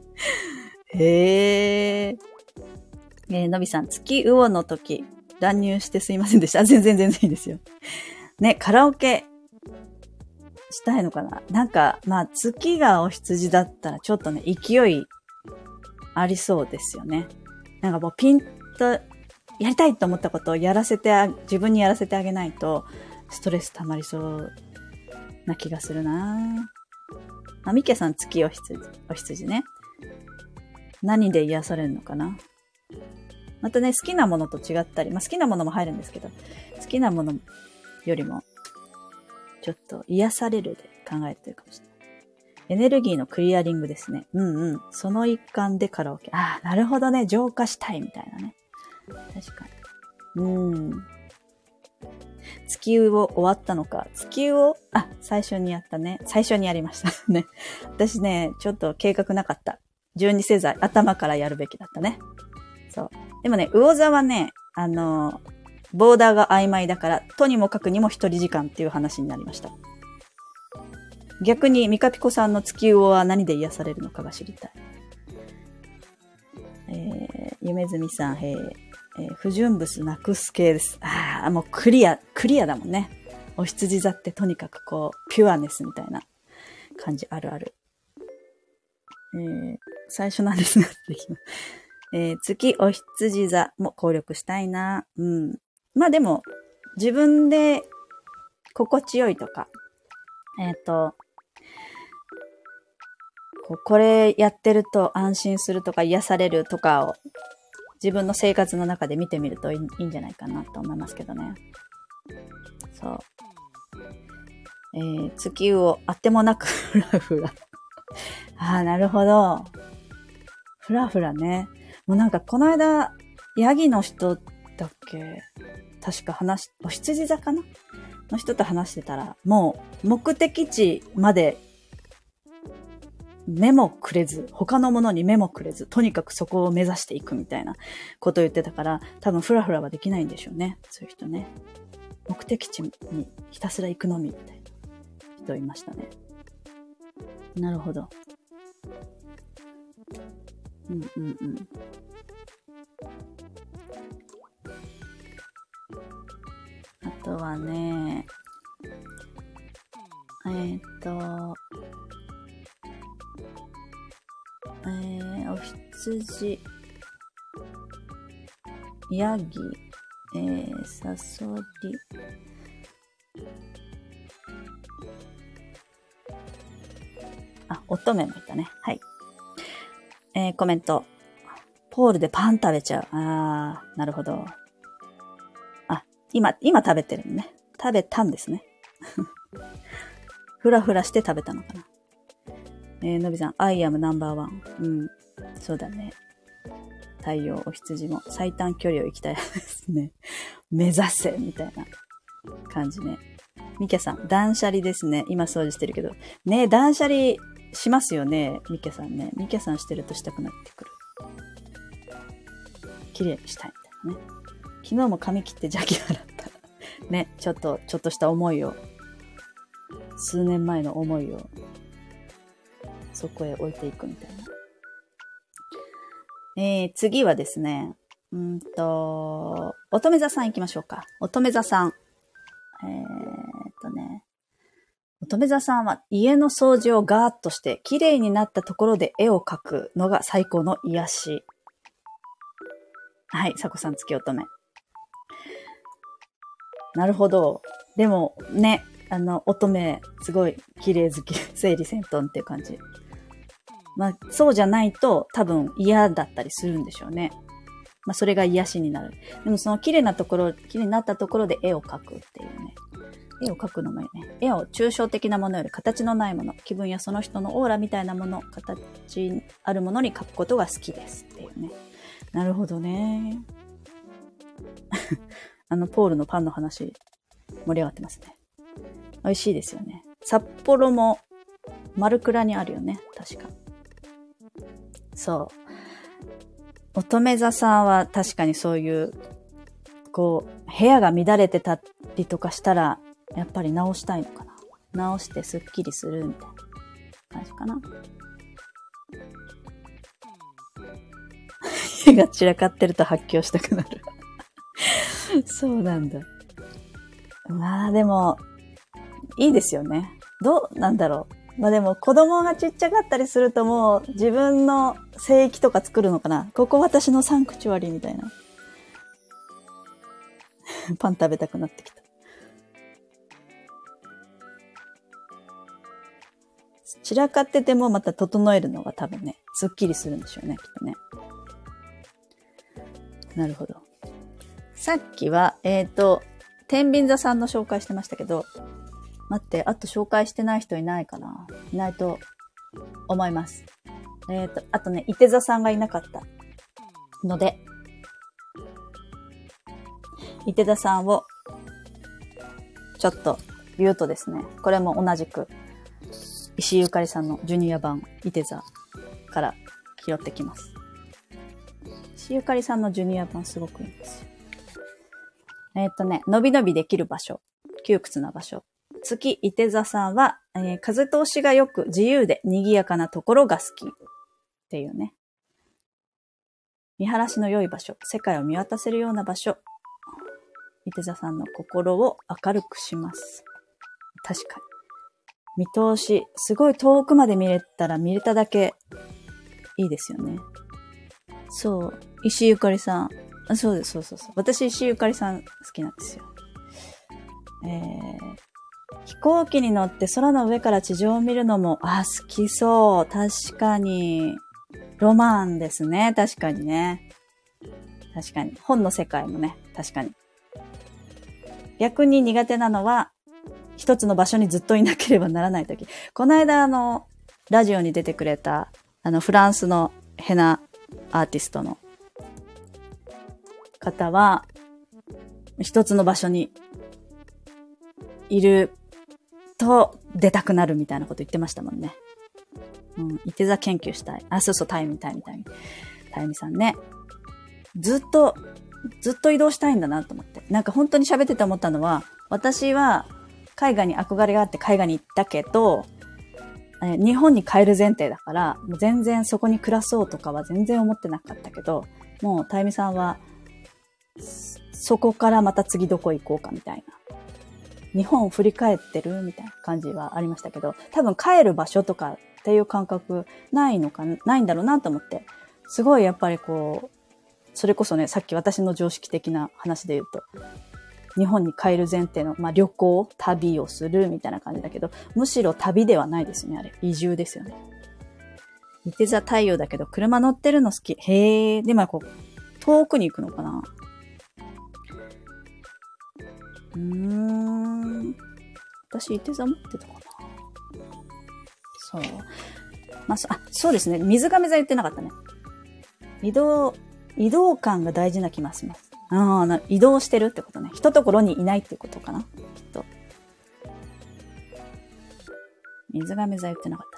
ね。のびさん、月魚の時、乱入してすいませんでした。全然いいですよ。ね、カラオケしたいのかな。なんか、月がお羊だったらちょっとね、勢いありそうですよね。なんかもうピンとやりたいと思ったことを自分にやらせてあげないと、ストレス溜まりそうな気がするなぁ。ミケさん、月お羊ね。何で癒されるのかな。またね、好きなものと違ったり、好きなものも入るんですけど、好きなものよりも、ちょっと癒されるで考えてるかもしれない。エネルギーのクリアリングですね。その一環でカラオケ。なるほどね。浄化したいみたいなね。確かに。月魚終わったのか。月魚最初にやったね。最初にやりましたね。私ね、ちょっと計画なかった。12星座、頭からやるべきだったね。そう。でもね、魚座はね、ボーダーが曖昧だから、とにもかくにも一人時間っていう話になりました。逆に、ミカピコさんの月魚は何で癒されるのかが知りたい。夢住さん、 不純物なくす系です。ああ、もうクリアだもんね。お羊座ってとにかくこう、ピュアネスみたいな感じあるある。最初なんですが、できます。月お羊座も効力したいな。うん。まあでも、自分で心地よいとか、これやってると安心するとか癒されるとかを自分の生活の中で見てみるといいんじゃないかなと思いますけどね。そう。月をあってもなくふらふら。ああ、なるほど。ふらふらね。もうなんかこの間、ヤギの人だっけ確かお羊座かなの人と話してたら、もう目的地まで目もくれず、他のものに目もくれず、とにかくそこを目指していくみたいなことを言ってたから、多分フラフラはできないんでしょうね。そういう人ね。目的地にひたすら行くのみみたいな人いましたね。なるほど。うんうんうん。あとはね、お羊、ヤギ、サソリ、乙女もいたね。はい。コメント。ポールでパン食べちゃう。なるほど。今食べてるのね。食べたんですね。ふらふらして食べたのかな。のびさん、I am No.1。うん。そうだね。太陽、お羊も最短距離を行きたいですね。目指せみたいな感じね。ミキャさん、断捨離ですね。今掃除してるけど。ね、断捨離しますよね。ミキャさんね。ミキャさんしてるとしたくなってくる。綺麗にしたいみたいなね。昨日も髪切って邪気払った。ね、ちょっとした思いを、数年前の思いを、そこへ置いていくみたいな。次はですね、乙女座さん行きましょうか。乙女座さん。乙女座さんは家の掃除をガーッとして綺麗になったところで絵を描くのが最高の癒し。はい、さこさん月乙女。なるほど。でもね、乙女すごい綺麗好き、整理整頓っていう感じ。まあそうじゃないと多分嫌だったりするんでしょうね。まあそれが癒しになる。でもその綺麗になったところで絵を描くっていうね。絵を描くのもいいね。絵を抽象的なものより形のないもの、気分やその人のオーラみたいなもの、形あるものに描くことが好きですっていうね。なるほどね。ポールのパンの話、盛り上がってますね。美味しいですよね。札幌も丸倉にあるよね。確か。そう。乙女座さんは確かにそういう、こう、部屋が乱れてたりとかしたら、やっぱり直したいのかな。直してスッキリするみたいな感じかな。家が散らかってると発狂したくなる。そうなんだ。まあでも、いいですよね。どうなんだろう。まあでも子供がちっちゃかったりするともう自分の聖域とか作るのかな。ここ私のサンクチュアリみたいな。パン食べたくなってきた。散らかっててもまた整えるのが多分ね、スッキリするんでしょうね、きっとね。なるほど。さっきは、天秤座さんの紹介してましたけど、待って、あと紹介してない人いないかな？いないと思います。あとね、伊手座さんがいなかったので、伊手座さんをちょっと言うとですね、これも同じく石井ゆかりさんのジュニア版伊手座から拾ってきます。石井ゆかりさんのジュニア版すごくいいんですよ。のびのびできる場所、窮屈な場所。月伊手座さんは、風通しが良く自由で賑やかなところが好きっていうね。 見晴らしの良い場所。世界を見渡せるような場所。伊手座さんの心を明るくします。確かに。見通し。すごい遠くまで見れたら見れただけいいですよね。そう。石井ゆかりさん。そうです、そうそうそう。私、石井ゆかりさん好きなんですよ。飛行機に乗って空の上から地上を見るのも、好きそう。確かに。ロマンですね。確かにね。確かに。本の世界もね。確かに。逆に苦手なのは、一つの場所にずっといなければならないとき。この間ラジオに出てくれた、フランスのヘナアーティストの方は、一つの場所にいると出たくなるみたいなこと言ってましたもんね。伊手座研究したい。そうそう、タイミタイミさんね。ずっと移動したいんだなと思って。なんか本当に喋ってて思ったのは、私は海外に憧れがあって海外に行ったけど、日本に帰る前提だから、もう全然そこに暮らそうとかは全然思ってなかったけど、もうタイミさんは、そこからまた次どこ行こうかみたいな。日本を振り返ってるみたいな感じはありましたけど、多分帰る場所とかっていう感覚ないんだろうなと思って。すごいやっぱりそれこそね、さっき私の常識的な話で言うと、日本に帰る前提の、旅行、旅をするみたいな感じだけど、むしろ旅ではないですよね、あれ。移住ですよね。伊手座太陽だけど、車乗ってるの好き。へー。でも遠くに行くのかな。私、伊手座持ってたかな。そう。そうですね。水亀座言ってなかったね。移動感が大事な気がします。移動してるってことね。一ところにいないってことかな。きっと。水亀座言ってなか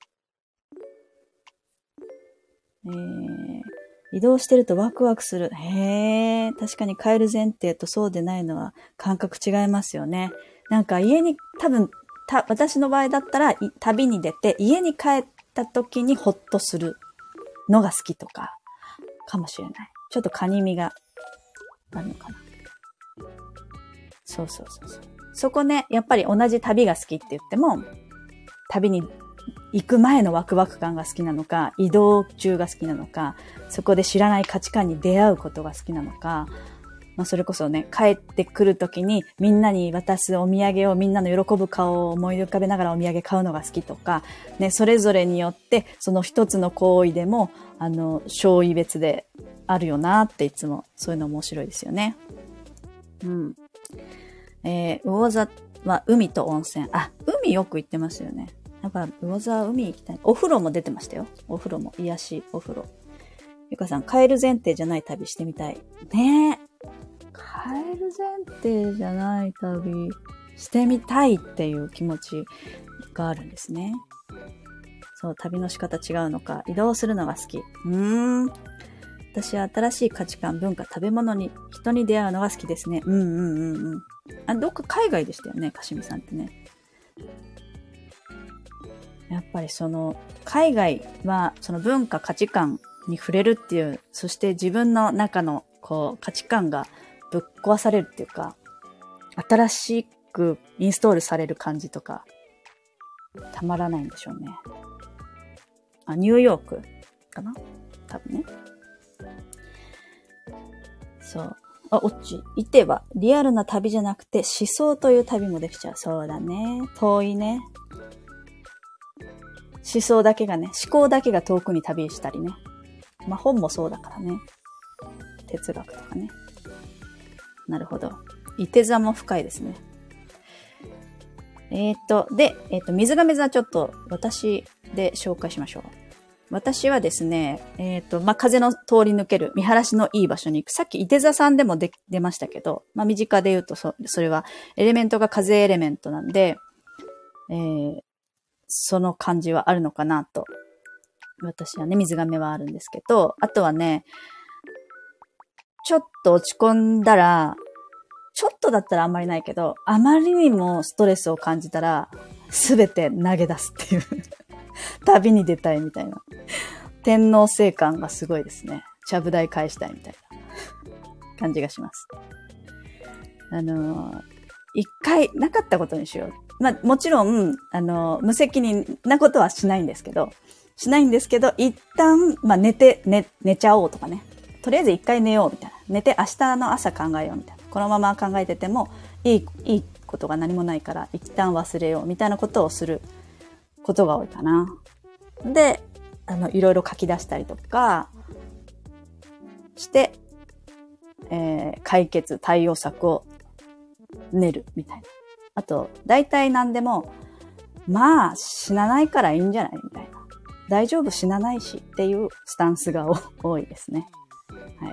ったね。移動してるとワクワクする。確かに帰る前提とそうでないのは感覚違いますよね。なんか家に私の場合だったら旅に出て家に帰った時にホッとするのが好きとかかもしれない。ちょっとカニ身があるのかな。そう。そこね、やっぱり同じ旅が好きって言っても、旅に行く前のワクワク感が好きなのか、移動中が好きなのか、そこで知らない価値観に出会うことが好きなのか、それこそね、帰ってくるときにみんなに渡すお土産をみんなの喜ぶ顔を思い浮かべながらお土産買うのが好きとか、ね、それぞれによってその一つの行為でも、小異別であるよなっていつもそういうの面白いですよね。魚座は海と温泉。海よく行ってますよね。やっぱ魚座は海行きたい。お風呂も出てましたよ。お風呂も癒しお風呂。ゆかさん、帰る前提じゃない旅してみたい。ねえ。帰る前提じゃない旅してみたいっていう気持ちがあるんですね。そう、旅の仕方違うのか。移動するのが好き。私は新しい価値観、文化、食べ物に、人に出会うのが好きですね。どっか海外でしたよね、かしみさんってね。やっぱり海外は、文化、価値観に触れるっていう、そして自分の中の、価値観がぶっ壊されるっていうか、新しくインストールされる感じとか、たまらないんでしょうね。ニューヨークかな？多分ね。そう。いては、リアルな旅じゃなくて思想という旅もできちゃう。そうだね。遠いね。思想だけがね、思考だけが遠くに旅したりね。本もそうだからね。哲学とかね。なるほど。いて座も深いですね。水亀座ちょっと私で紹介しましょう。私はですね、風の通り抜ける見晴らしのいい場所に行く。さっきいて座さんでも出ましたけど、身近で言うとそれはエレメントが風エレメントなんで、その感じはあるのかなと。私はね、水亀はあるんですけど、あとはね、ちょっと落ち込んだら、ちょっとだったらあんまりないけど、あまりにもストレスを感じたら、すべて投げ出すっていう。旅に出たいみたいな。天皇制感がすごいですね。 ちゃぶ台返したいみたいな感じがします。一回なかったことにしよう。まあ、もちろん、無責任なことはしないんですけど、一旦、まあ、寝ちゃおうとかね。とりあえず一回寝ようみたいな。寝て明日の朝考えようみたいな。このまま考えててもいいことが何もないから一旦忘れようみたいなことをすることが多いかな。で、いろいろ書き出したりとかして、対応策を練るみたいな。あと、大体何でも、まあ、死なないからいいんじゃないみたいな。大丈夫、死なないしっていうスタンスが多いですね。はい。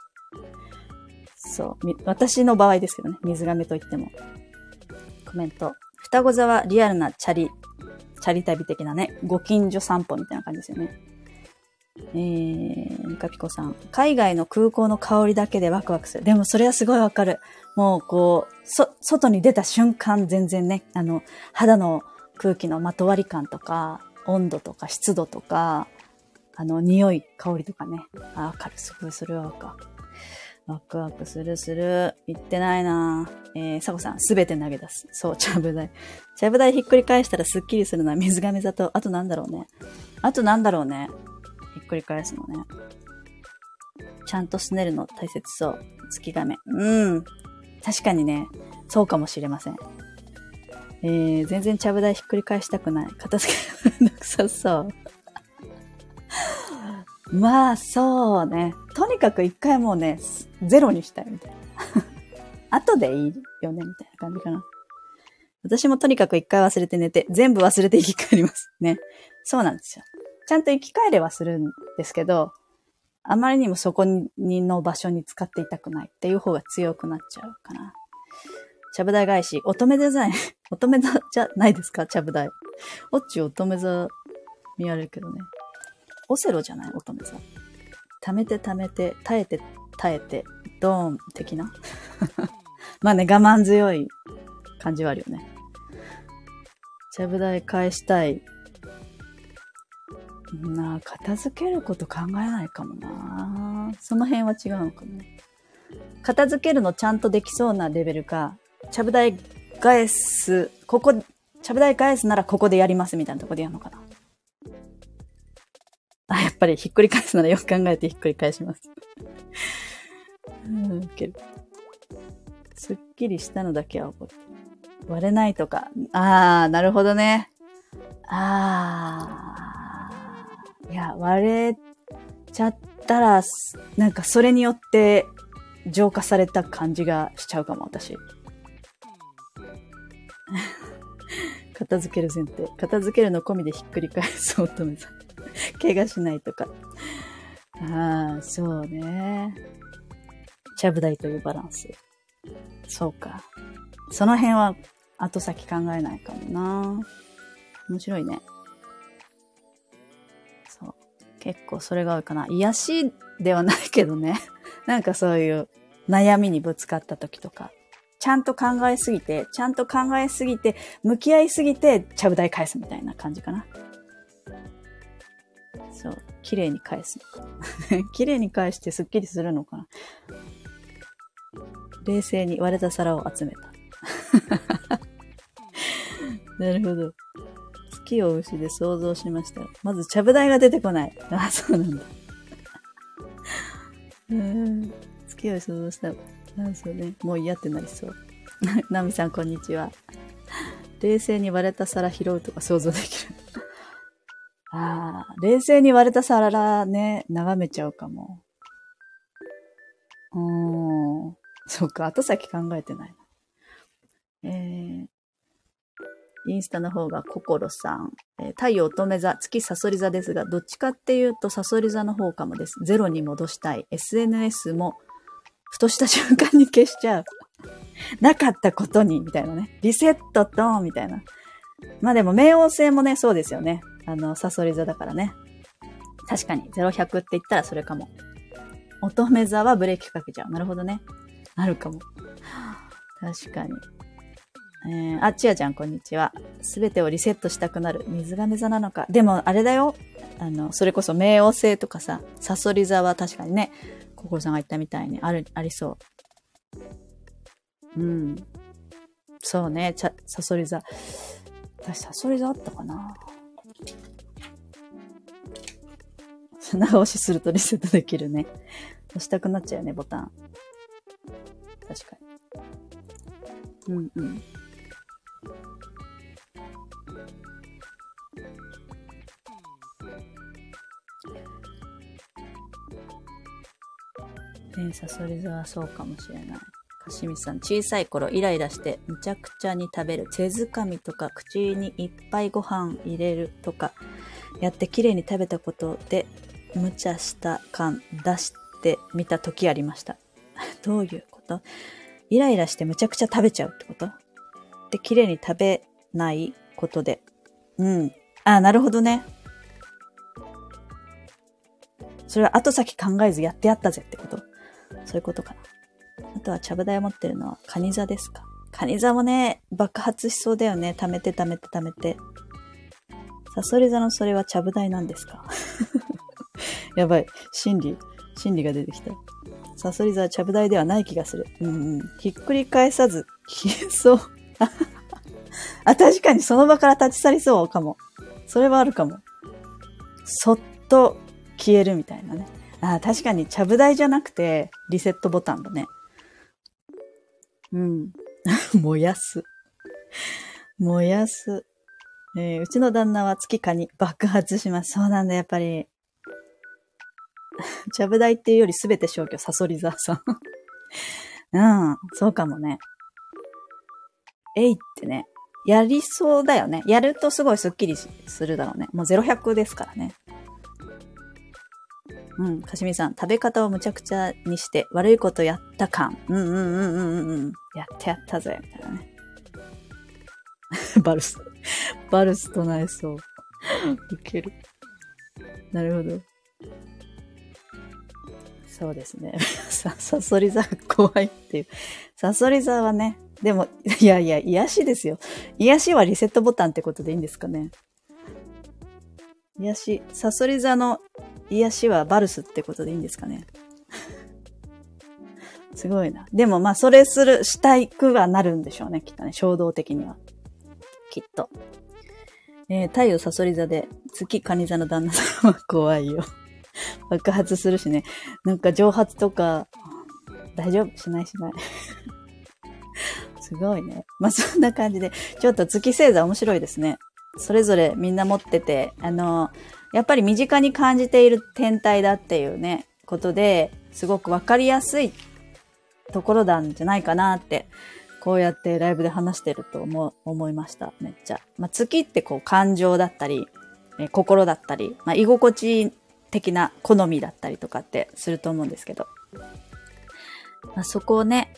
そう。私の場合ですけどね。水亀といっても。コメント。双子座はリアルなチャリ旅的なね。ご近所散歩みたいな感じですよね。ミカピコさん。海外の空港の香りだけでワクワクする。でもそれはすごいわかる。もうこう、外に出た瞬間全然ね、肌の空気のまとわり感とか、温度とか湿度とか、匂い、香りとかね。わかる。すごい、それはわかる。ワクワクする。言ってないなサコさん、すべて投げ出す。そう、ちゃぶ台ひっくり返したらスッキリするのは水亀座と、あとなんだろうね。ひっくり返すのね。ちゃんとすねるの大切そう。月亀。確かにね、そうかもしれません。全然ちゃぶ台ひっくり返したくない。片付けめんどくさそう。まあ、そうね。とにかく一回もうね、ゼロにしたいみたいな。後でいいよね、みたいな感じかな。私もとにかく一回忘れて寝て、全部忘れて生き返りますね。そうなんですよ。ちゃんと生き返れはするんですけど、あまりにもそこの場所に使っていたくないっていう方が強くなっちゃうかな。ちゃぶ台返し、乙女座じゃないですか、ちゃぶ台。オッチ乙女座見られるけどね。オセロじゃない、乙女座。溜めて、耐えて、ドーン的な。まあね、我慢強い感じはあるよね。ちゃぶ台返したい。片付けること考えないかもな。その辺は違うのかも。片付けるのちゃんとできそうなレベルか、ちゃぶ台返すならここでやりますみたいなとこでやるのかな。やっぱりひっくり返すならよく考えてひっくり返します。ウケる。すっきりしたのだけは覚えて。割れないとか。なるほどね。いや、割れちゃったら、なんかそれによって浄化された感じがしちゃうかも、私。片付ける前提。片付けるの込みでひっくり返す乙女さん。怪我しないとか。そうね。ちゃぶ台というバランス。そうか。その辺は後先考えないかもな。面白いね。そう。結構それが多いかな。癒しではないけどね。なんかそういう悩みにぶつかった時とか。ちゃんと考えすぎて、向き合いすぎて、ちゃぶ台返すみたいな感じかな。そう。綺麗に返すのか。綺麗に返してスッキリするのかな。冷静に割れた皿を集めた。なるほど。月を牛で想像しました。まず、ちゃぶ台が出てこない。そうなんだ。月を想像した。そうね。もう嫌ってなりそう。ナミさん、こんにちは。冷静に割れた皿拾うとか想像できる。冷静に割れた皿ね、眺めちゃうかも。そうか、後先考えてないな。インスタの方が心さん。太陽乙女座、月サソリ座ですが、どっちかっていうとサソリ座の方かもです。ゼロに戻したい。SNS も、ふとした瞬間に消しちゃう。なかったことに、みたいなね。リセットと、みたいな。まあでも、冥王星もね、そうですよね。サソリ座だからね。確かに、0100って言ったらそれかも。乙女座はブレーキかけちゃう。なるほどね。あるかも。確かに。 ちやちゃんこんにちは。すべてをリセットしたくなる水亀座なのか。でもあれだよ。それこそ冥王星とかさ、サソリ座は確かにね、心さんが言ったみたいにありそう。うん。そうね、サソリ座。私サソリ座あったかな。長押しするとリセットできるね。押したくなっちゃうよね、ボタン。確かに。うんうん。サソリ座はそうかもしれない。かしみさん、小さい頃イライラしてむちゃくちゃに食べる。手づかみとか口にいっぱいご飯入れるとかやってきれいに食べたことで無茶した感出してみた時ありました。どういうこと？イライラしてむちゃくちゃ食べちゃうってこと？で、きれいに食べないことで。うん。なるほどね。それは後先考えずやってやったぜってこと？そういうことかな。あとはちゃぶ台を持ってるのはカニ座ですか？カニ座もね、爆発しそうだよね。溜めて。サソリ座のそれはちゃぶ台なんですか？やばい。心理が出てきた。サソリ座はちゃぶ台ではない気がする。ひっくり返さず消えそう。確かにその場から立ち去りそうかも。それはあるかも。そっと消えるみたいなね。確かにちゃぶ台じゃなくてリセットボタンだね。燃やす。うちの旦那は月カニ爆発します。そうなんだ、やっぱり。ちゃぶ台っていうよりすべて消去、サソリ座さん。そうかもね。えいってね。やりそうだよね。やるとすごいスッキリするだろうね。もう0-100ですからね。かしみさん、食べ方をむちゃくちゃにして悪いことやった感。やったぜ、みたいなね。バルス唱えそう。ウケる。なるほど。そうですね。サソリ座怖いっていう。サソリ座はね、でも、いや、癒しですよ。癒しはリセットボタンってことでいいんですかね。癒し、サソリ座の癒しはバルスってことでいいんですかね。すごいな。でもそれしたいくはなるんでしょうね、きっとね。衝動的には。きっと。太陽サソリ座で、月カニ座の旦那さんは怖いよ。爆発するしね。なんか蒸発とか、大丈夫？しない。すごいね。そんな感じで、ちょっと月星座面白いですね。それぞれみんな持ってて、やっぱり身近に感じている天体だっていうね、ことで、すごくわかりやすいところなんじゃないかなって、こうやってライブで話してると思いました。めっちゃ。月って感情だったり、心だったり、居心地的な好みだったりとかってすると思うんですけど。そこをね、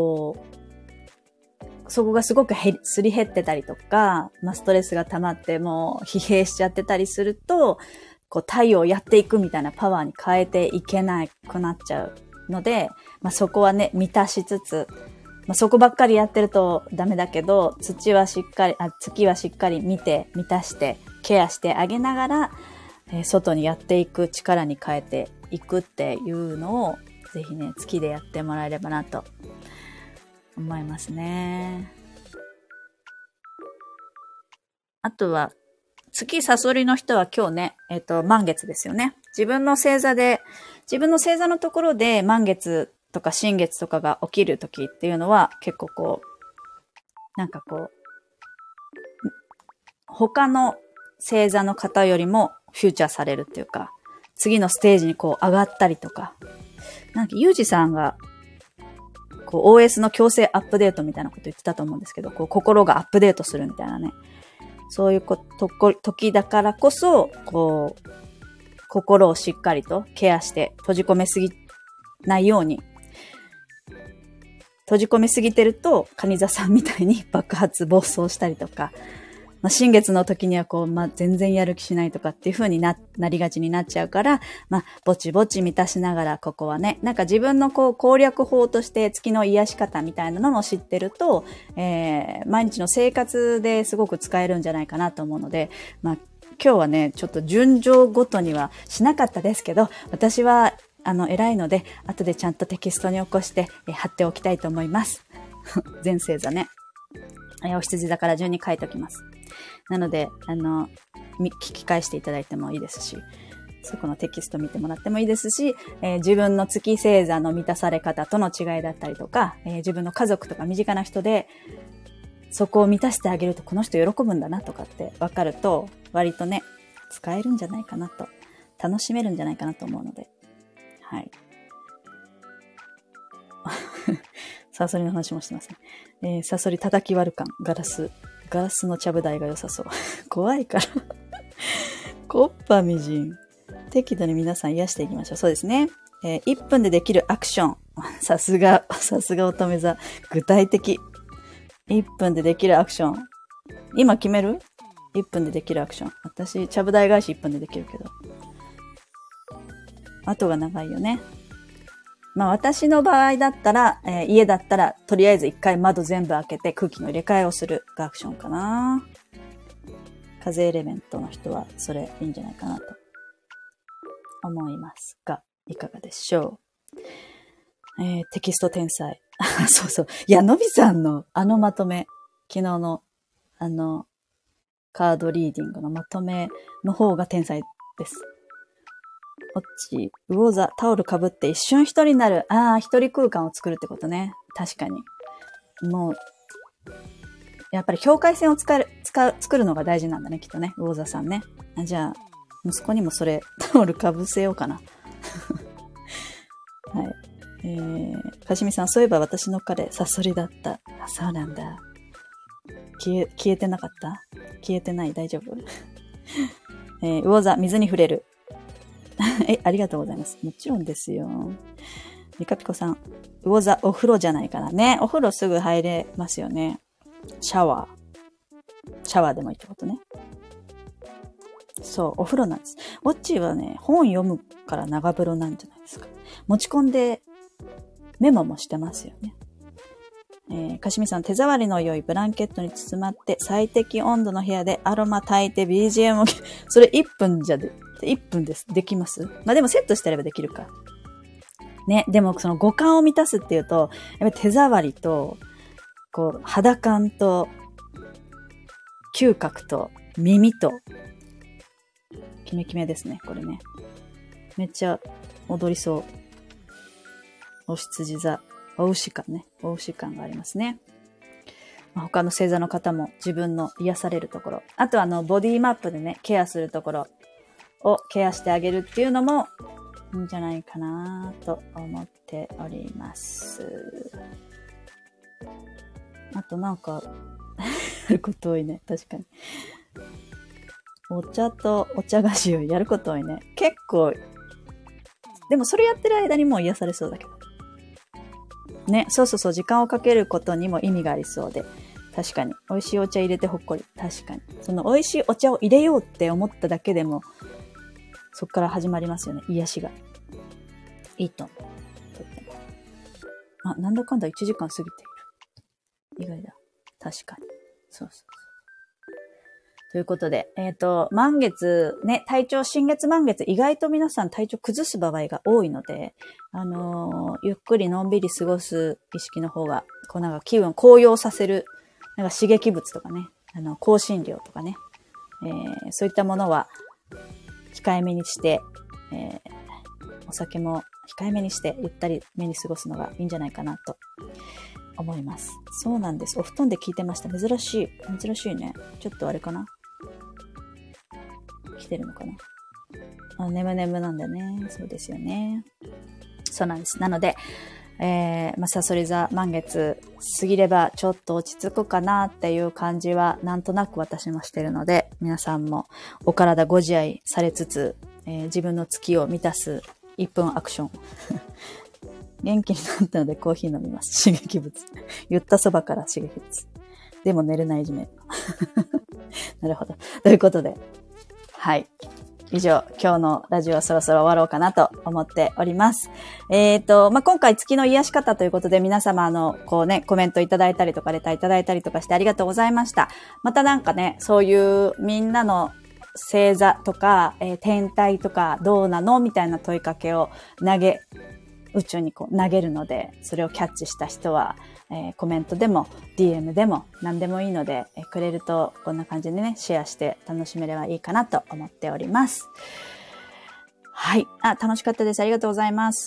そこがすごくすり減ってたりとか、ストレスが溜まってもう疲弊しちゃってたりすると、太陽をやっていくみたいなパワーに変えていけなくなっちゃうので、そこはね、満たしつつ、そこばっかりやってるとダメだけど、月はしっかり見て、満たして、ケアしてあげながら、外にやっていく力に変えていくっていうのを、ぜひね、月でやってもらえればなと思いますね。あとは、月サソリの人は今日ね、満月ですよね。自分の星座のところで満月とか新月とかが起きるときっていうのは結構他の星座の方よりもフューチャーされるっていうか、次のステージに上がったりとか、ゆうじさんがOS の強制アップデートみたいなこと言ってたと思うんですけど、心がアップデートするみたいなね。そういう時だからこそ、心をしっかりとケアして閉じ込めすぎないように。閉じ込めすぎてると、カニ座さんみたいに爆発暴走したりとか、 新月の時には全然やる気しないとかっていう風になりがちになっちゃうから、ぼちぼち満たしながら、ここはね、なんか自分の攻略法として月の癒し方みたいなのも知ってると、毎日の生活ですごく使えるんじゃないかなと思うので、今日はね、ちょっと順序ごとにはしなかったですけど、私は、偉いので、後でちゃんとテキストに起こして、貼っておきたいと思います。前星座ね。お羊座から順に書いておきます。なので、聞き返していただいてもいいですし、そこのテキスト見てもらってもいいですし、自分の月星座の満たされ方との違いだったりとか、自分の家族とか身近な人で、そこを満たしてあげるとこの人喜ぶんだなとかって分かると、割とね、使えるんじゃないかなと、楽しめるんじゃないかなと思うので、はい。サソリの話もしてますね。サソリ叩き割る感、ガラスのちゃぶ台が良さそう。怖いから。コッパみじん。適度に皆さん癒していきましょう。そうですね。1分でできるアクション。さすが乙女座。具体的。1分でできるアクション。今決める？ 1 分でできるアクション。私、ちゃぶ台返し1分でできるけど。後が長いよね。私の場合だったら、家だったら、とりあえず1回窓全部開けて空気の入れ替えをするがアクションかな。風エレメントの人はそれいいんじゃないかなと思いますが、いかがでしょう。テキスト天才。そうそう。いや、のびさんのまとめ、昨日のカードリーディングのまとめの方が天才です。こっち、魚座、タオル被って一瞬一人になる。一人空間を作るってことね。確かに。もう、やっぱり境界線を作るのが大事なんだね、きっとね。魚座さんね。じゃあ、息子にもそれ、タオル被せようかな。はい。かしみさん、そういえば私の彼、サソリだった。そうなんだ。消えてなかった？消えてない？大丈夫？魚座、水に触れる。ありがとうございます。もちろんですよ。リカピコさん、魚座、お風呂じゃないかなね。お風呂すぐ入れますよね。シャワーでもいいってことね。そう、お風呂なんです。ウォッチーはね、本読むから長風呂なんじゃないですか。持ち込んでメモもしてますよね。かしみさん、手触りの良いブランケットに包まって最適温度の部屋でアロマ炊いて BGM を、それ1分です。できます？でもセットしてればできるか。ね、でもその五感を満たすっていうと、やっぱり手触りと、肌感と、嗅覚と、耳と、キメキメですね、これね。めっちゃ踊りそう。お羊座、お牛感ね。お牛感がありますね。他の星座の方も自分の癒されるところ。あとボディマップでね、ケアするところをケアしてあげるっていうのもいいんじゃないかなと思っております。あとなんか、やること多いね。確かに。お茶とお茶菓子をやること多いね。結構、でもそれやってる間にもう癒されそうだけど。ね、そう、時間をかけることにも意味がありそうで。確かに。美味しいお茶入れてほっこり。確かに。その美味しいお茶を入れようって思っただけでも、そっから始まりますよね。癒しが。いいと思う。とっても。なんだかんだ1時間過ぎている。意外だ。確かに。そう。ということで、満月、ね、新月満月、意外と皆さん体調崩す場合が多いので、ゆっくりのんびり過ごす意識の方が、なんか気分高揚させる、なんか刺激物とかね、香辛料とかね、そういったものは控えめにして、お酒も控えめにして、ゆったりめに過ごすのがいいんじゃないかなと思います。そうなんです。お布団で聞いてました。珍しいね。ちょっとあれかな？来てるのかな？眠なんだね。そうですよね。そうなんです。なので、サソリ座満月過ぎればちょっと落ち着くかなっていう感じはなんとなく私もしてるので、皆さんもお体ご自愛されつつ、自分の月を満たす1分アクション。元気になったのでコーヒー飲みます。刺激物。言ったそばから刺激物。 でも寝れないいじめ。なるほど。ということで。はい。以上、今日のラジオはそろそろ終わろうかなと思っております。今回月の癒し方ということで皆様コメントいただいたりとかレターいただいたりとかしてありがとうございました。またなんかね、そういうみんなの星座とか、天体とかどうなのみたいな問いかけを宇宙に投げるので、それをキャッチした人は、コメントでも DM でも何でもいいので、くれるとこんな感じでね、シェアして楽しめればいいかなと思っております。はい。楽しかったです。ありがとうございます。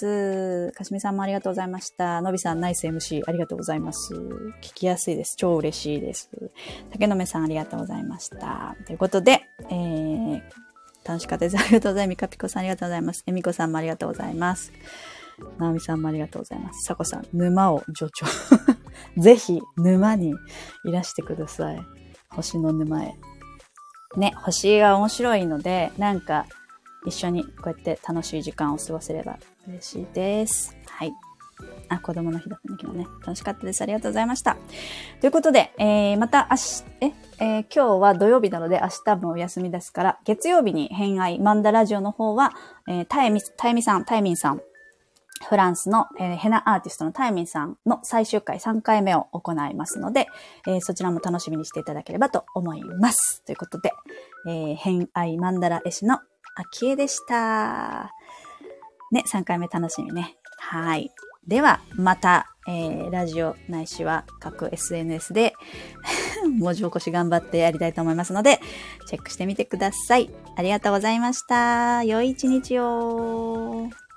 かしみさんもありがとうございました。のびさん、ナイス MC ありがとうございます。聞きやすいです。超嬉しいです。竹のめさんありがとうございました。ということで、楽しかったです。ありがとうございます。みかぴこさんありがとうございます。えみこさんもありがとうございます。なおみさんもありがとうございます。さこさん、沼を助長。ぜひ、沼にいらしてください。星の沼へ。ね、星が面白いので、なんか、一緒にこうやって楽しい時間を過ごせれば嬉しいです。はい。子供の日だったんだけどね。楽しかったです。ありがとうございました。ということで、また今日は土曜日なので明日もお休みですから、月曜日に偏愛マンダラジオの方は、タイミンさん、フランスの、ヘナアーティストのタイミンさんの最終回3回目を行いますので、そちらも楽しみにしていただければと思います。ということで、偏愛マンダラ絵師のあきえでした。ね、3回目楽しみね。はい。では、また、ラジオないしは各 SNS で文字起こし頑張ってやりたいと思いますので、チェックしてみてください。ありがとうございました。良い一日を。